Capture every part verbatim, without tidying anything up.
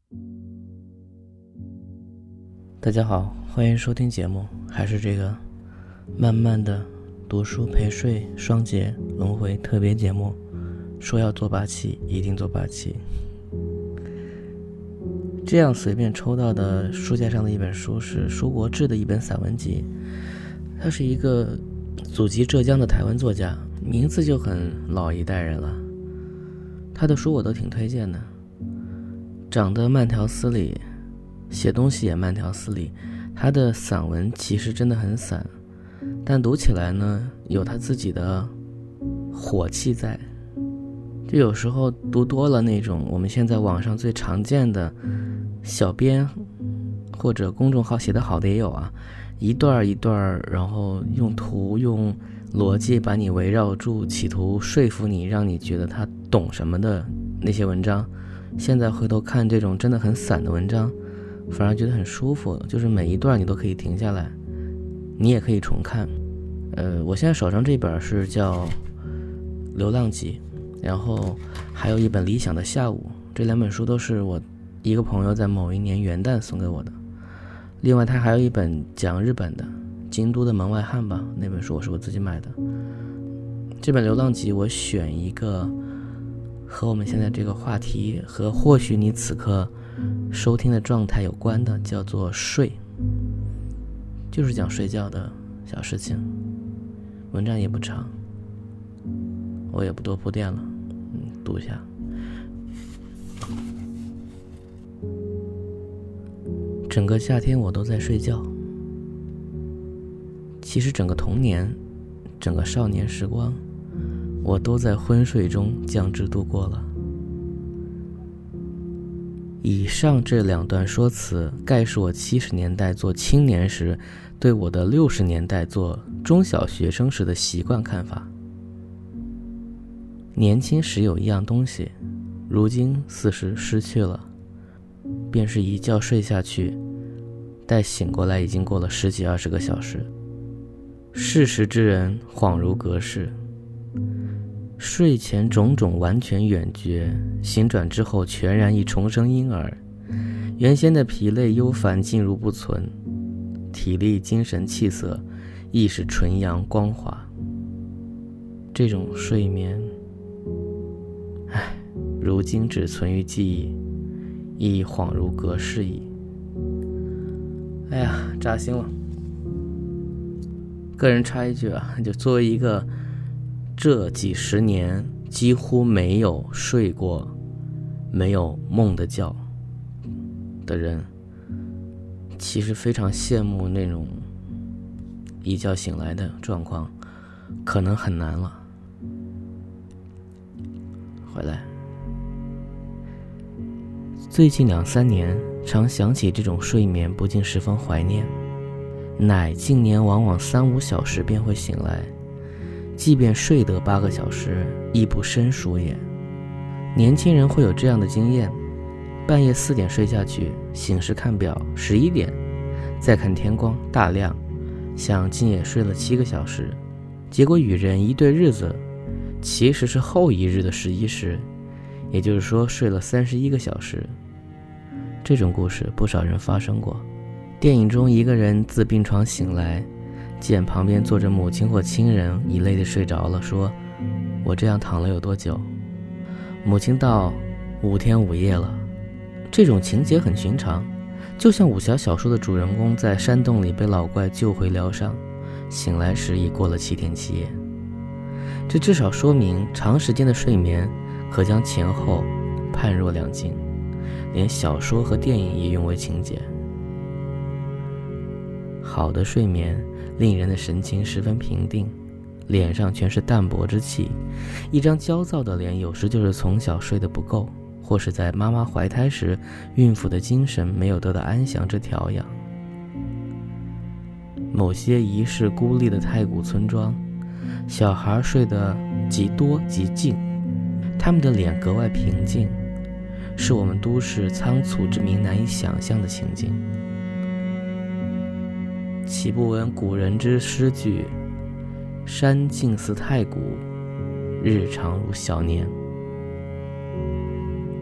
大家好，欢迎收听节目，还是这个慢慢的读书陪睡双节轮回特别节目，说要做八期一定做八期。这样随便抽到的书架上的一本书是舒国志的一本散文集，他是一个祖籍浙江的台湾作家，名字就很老一代人了。他的书我都挺推荐的，长得慢条斯理，写东西也慢条斯理。他的散文其实真的很散，但读起来呢有他自己的火气在。就有时候读多了那种我们现在网上最常见的小编或者公众号写得好的也有啊，一段一段，然后用图用逻辑把你围绕住，企图说服你，让你觉得他懂什么的那些文章。现在回头看这种真的很散的文章，反而觉得很舒服，就是每一段你都可以停下来，你也可以重看。呃，我现在手上这本是叫《流浪集》，然后还有一本《理想的下午》，这两本书都是我一个朋友在某一年元旦送给我的。另外他还有一本讲日本的京都的门外汉吧，那本书我是我自己买的。这本《流浪集》我选一个和我们现在这个话题和或许你此刻收听的状态有关的，叫做睡，就是讲睡觉的小事情。文章也不长，我也不多铺垫了，嗯，读一下。整个夏天我都在睡觉，其实整个童年，整个少年时光，我都在昏睡中将之度过了。以上这两段说辞概是我七十年代做青年时对我的六十年代做中小学生时的习惯看法。年轻时有一样东西，如今似是失去了，便是一觉睡下去，待醒过来已经过了十几二十个小时。适时之人恍如隔世，睡前种种完全远绝，醒转之后全然一重生婴儿，原先的疲累忧烦尽如不存，体力精神气色亦是纯阳光滑。这种睡眠，唉，如今只存于记忆，亦恍如隔世矣。哎呀，扎心了。个人插一句啊，就作为一个这几十年几乎没有睡过没有梦的觉的人，其实非常羡慕那种一觉醒来的状况，可能很难了。回来，最近两三年常想起这种睡眠，不禁十分怀念，乃近年往往三五小时便会醒来，即便睡得八个小时，亦不生疏也。年轻人会有这样的经验，半夜四点睡下去，醒时看表十一点，再看天光大亮，想今夜睡了七个小时，结果与人一对日子，其实是后一日的十一时，也就是说睡了三十一个小时。这种故事不少人发生过。电影中一个人自病床醒来，见旁边坐着母亲或亲人，一累地睡着了，说：我这样躺了有多久？母亲道：五天五夜了。这种情节很寻常，就像武侠小说的主人公在山洞里被老怪救回疗伤，醒来时已过了七天七夜。这至少说明长时间的睡眠可将前后判若两境，连小说和电影也用为情节。好的睡眠令人的神情十分平定，脸上全是淡泊之气。一张焦躁的脸，有时就是从小睡得不够，或是在妈妈怀胎时孕妇的精神没有得到安详之调养。某些遗世孤立的太古村庄，小孩睡得极多极静，他们的脸格外平静，是我们都市仓促之民难以想象的情景。岂不闻古人之诗句：山静似太古，日长如小年。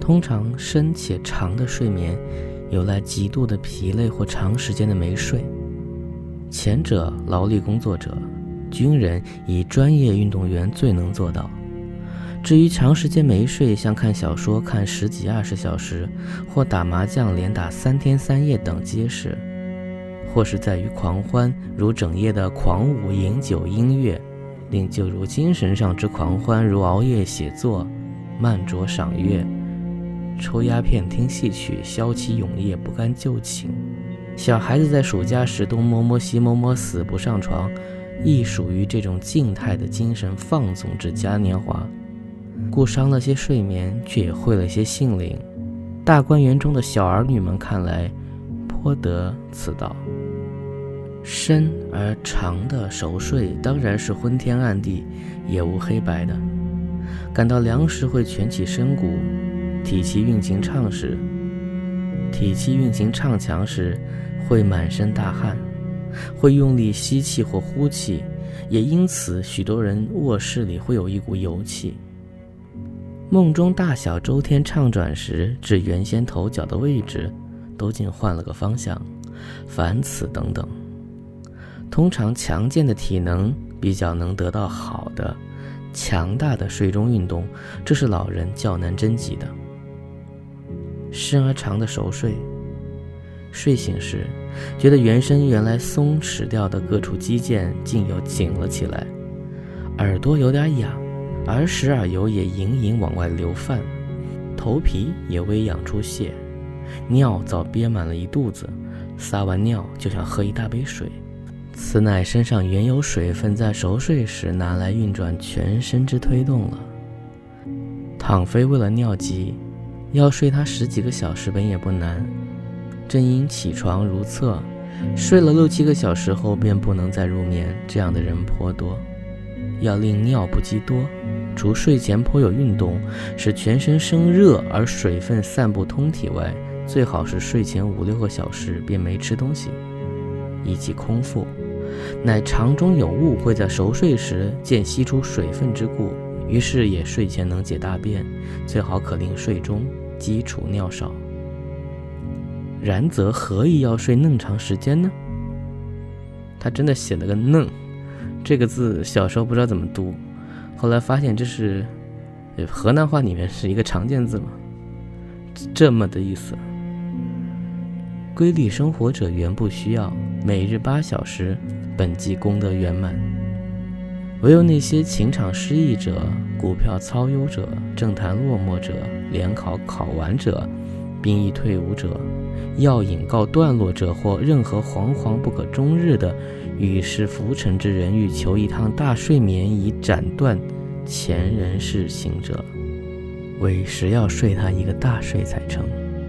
通常深且长的睡眠有赖极度的疲累或长时间的没睡，前者劳力工作者、军人以专业运动员最能做到。至于长时间没睡，像看小说看十几二十小时，或打麻将连打三天三夜等皆是，或是在于狂欢，如整夜的狂舞、饮酒、音乐，另就如精神上之狂欢，如熬夜写作、慢着赏月、抽鸦片、听戏曲、消其永夜，不甘就寝。小孩子在暑假时东摸摸西摸摸，死不上床，亦属于这种静态的精神放纵之嘉年华，故伤了些睡眠，却也会了些性灵。大观园中的小儿女们看来颇得此道。深而长的熟睡当然是昏天暗地，也无黑白的。感到凉时会蜷起身骨，体气运行畅时体气运行畅强时会满身大汗，会用力吸气或呼气，也因此许多人卧室里会有一股油气。梦中大小周天畅转时，至原先头脚的位置都竟换了个方向，凡此等等。通常强健的体能比较能得到好的强大的睡中运动，这是老人较难侦集的。深而长的熟睡，睡醒时觉得原身原来松弛掉的各处肌腱竟又紧了起来，耳朵有点痒，耳屎耳油也隐隐往外流泛，头皮也微痒出血，尿早憋满了一肚子，撒完尿就想喝一大杯水。此乃身上原有水分在熟睡时拿来运转全身之推动了。倘非为了尿急，要睡他十几个小时本也不难。正因起床如厕，睡了六七个小时后便不能再入眠，这样的人颇多。要令尿不积多，除睡前颇有运动，使全身生热而水分散布通体外，最好是睡前五六个小时便没吃东西，以及空腹，乃肠中有物会在熟睡时见吸出水分之故，于是也睡前能解大便，最好可令睡中基础尿少。然则何以要睡嫩长时间呢？他真的写了个嫩这个字，小时候不知道怎么读，后来发现这是河南话里面是一个常见字嘛，这么的意思。规律生活者原不需要，每日八小时，本即功德圆满。唯有那些情场失意者、股票操忧者、政坛落寞者、联考考完者、兵役退伍者、药引告段落者，或任何惶惶不可终日的与世浮沉之人，欲求一趟大睡眠以斩断前人世行者，为实要睡他一个大睡才成。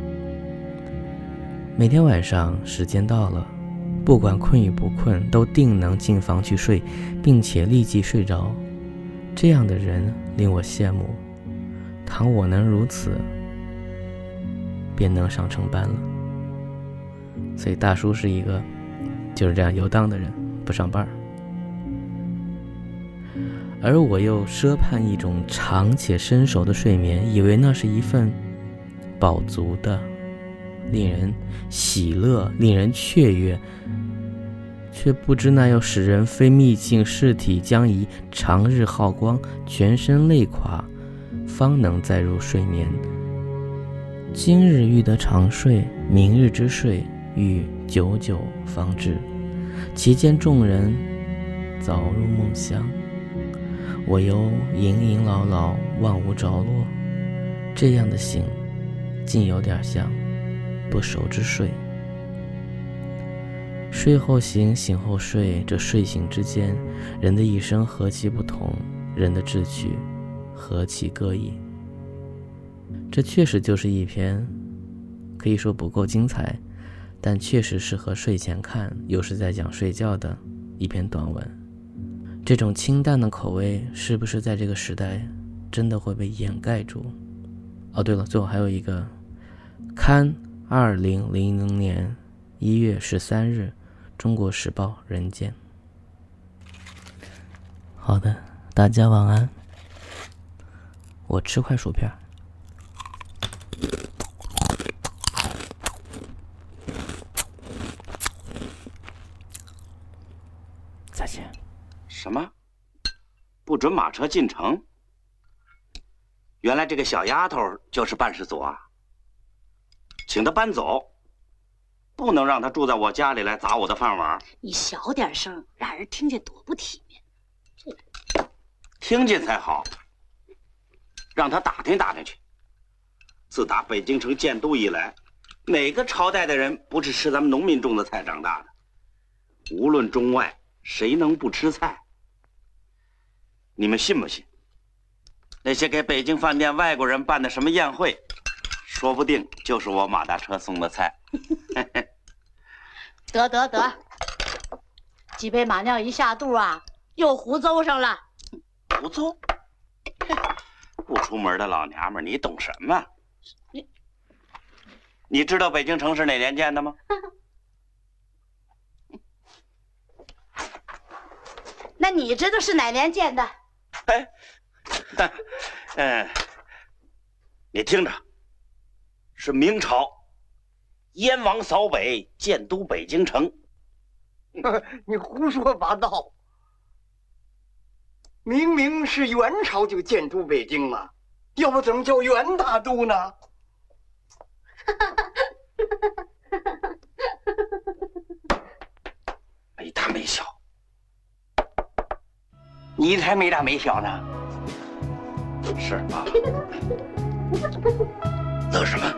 每天晚上时间到了，不管困与不困，都定能进房去睡，并且立即睡着。这样的人令我羡慕，倘我能如此，便能上成班了。所以大叔是一个就是这样游荡的人，不上班。而我又奢盼一种长且深熟的睡眠，以为那是一份饱足的、令人喜乐、令人雀跃，却不知那要使人非秘境尸体将以长日耗光，全身累垮，方能再入睡眠。今日欲得长睡，明日之睡欲久久方至，其间众人早入梦乡，我又隐隐劳劳，望无着落。这样的醒，竟有点像不熟之睡。睡后醒，醒后睡，这睡醒之间，人的一生何其不同，人的志趣何其各异。这确实就是一篇可以说不够精彩，但确实适合睡前看，又是在讲睡觉的一篇短文。这种清淡的口味是不是在这个时代真的会被掩盖住？哦，对了，最后还有一个刊二零零零年一月十三日中国时报人间。好的，大家晚安。我吃块薯片。 现。 什么？不准马车进城？原来这个小丫头就是办事组啊！请她搬走，不能让她住在我家里来砸我的饭碗。 你小点声，让人听见多不体面。这听见才好，让她打听打听去。自打北京城建都以来，哪个朝代的人不是吃咱们农民种的菜长大的？无论中外，谁能不吃菜？你们信不信？那些给北京饭店外国人办的什么宴会，说不定就是我马大车送的菜。 得得得，几杯马尿一下肚啊，又胡诌上了。 胡诌？不出门的老娘们，你懂什么？你你知道北京城是哪年建的吗？ 那你知道是哪年建的？ 哎，嗯，你听着，是明朝燕王扫北，建都北京城。 你胡说八道！明明是元朝就建都北京了，要不怎么叫元大都呢？ 没大没小，你才没大没小呢！是啊，乐什么？